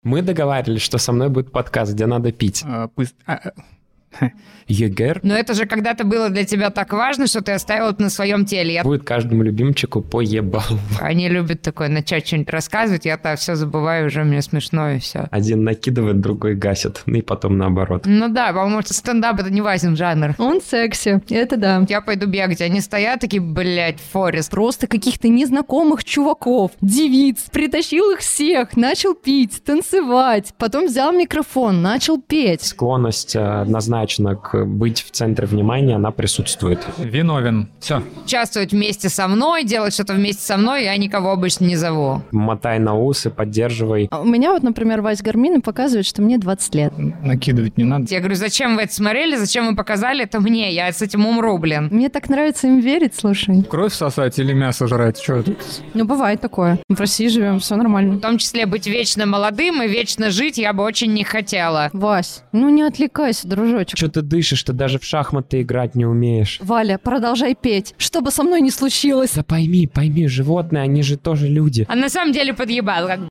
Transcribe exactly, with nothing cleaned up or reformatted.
Мы договаривались, что со мной будет подкаст, где надо пить. А, пусть... а, Егер. Но это же когда-то было для тебя так важно, что ты оставил это на своем теле. Я... Будет каждому любимчику по ебалу. Они любят такое начать что-нибудь рассказывать, я-то все забываю, уже мне смешно и все. Один накидывает, другой гасит, и потом наоборот. Ну да, по-моему, стендап — это не Васин жанр. Он секси, это да. Я пойду бегать, они стоят такие, блядь, Форест. Просто каких-то незнакомых чуваков, девиц, притащил их всех, начал пить, танцевать, потом взял микрофон, начал петь. Склонность однозначно к быть в центре внимания, она присутствует. Виновен. Все. Участвовать вместе со мной, делать что-то вместе со мной, я никого обычно не зову. Мотай на усы, поддерживай. А у меня вот, например, Вась Гармин показывает, что мне двадцать лет. Накидывать не надо. Я говорю, зачем вы это смотрели, зачем вы показали это мне, я с этим умру, блин. Мне так нравится им верить, слушай. Кровь сосать или мясо жрать? Что тут? Ну, бывает такое. В России живем, все нормально. В том числе быть вечно молодым и вечно жить я бы очень не хотела. Вась, ну не отвлекайся, дружочек. Что ты дышишь, ты даже в шахматы играть не умеешь. Валя, продолжай петь, что бы со мной ни случилось. Да пойми, пойми, животные, они же тоже люди. А на самом деле подъебал, как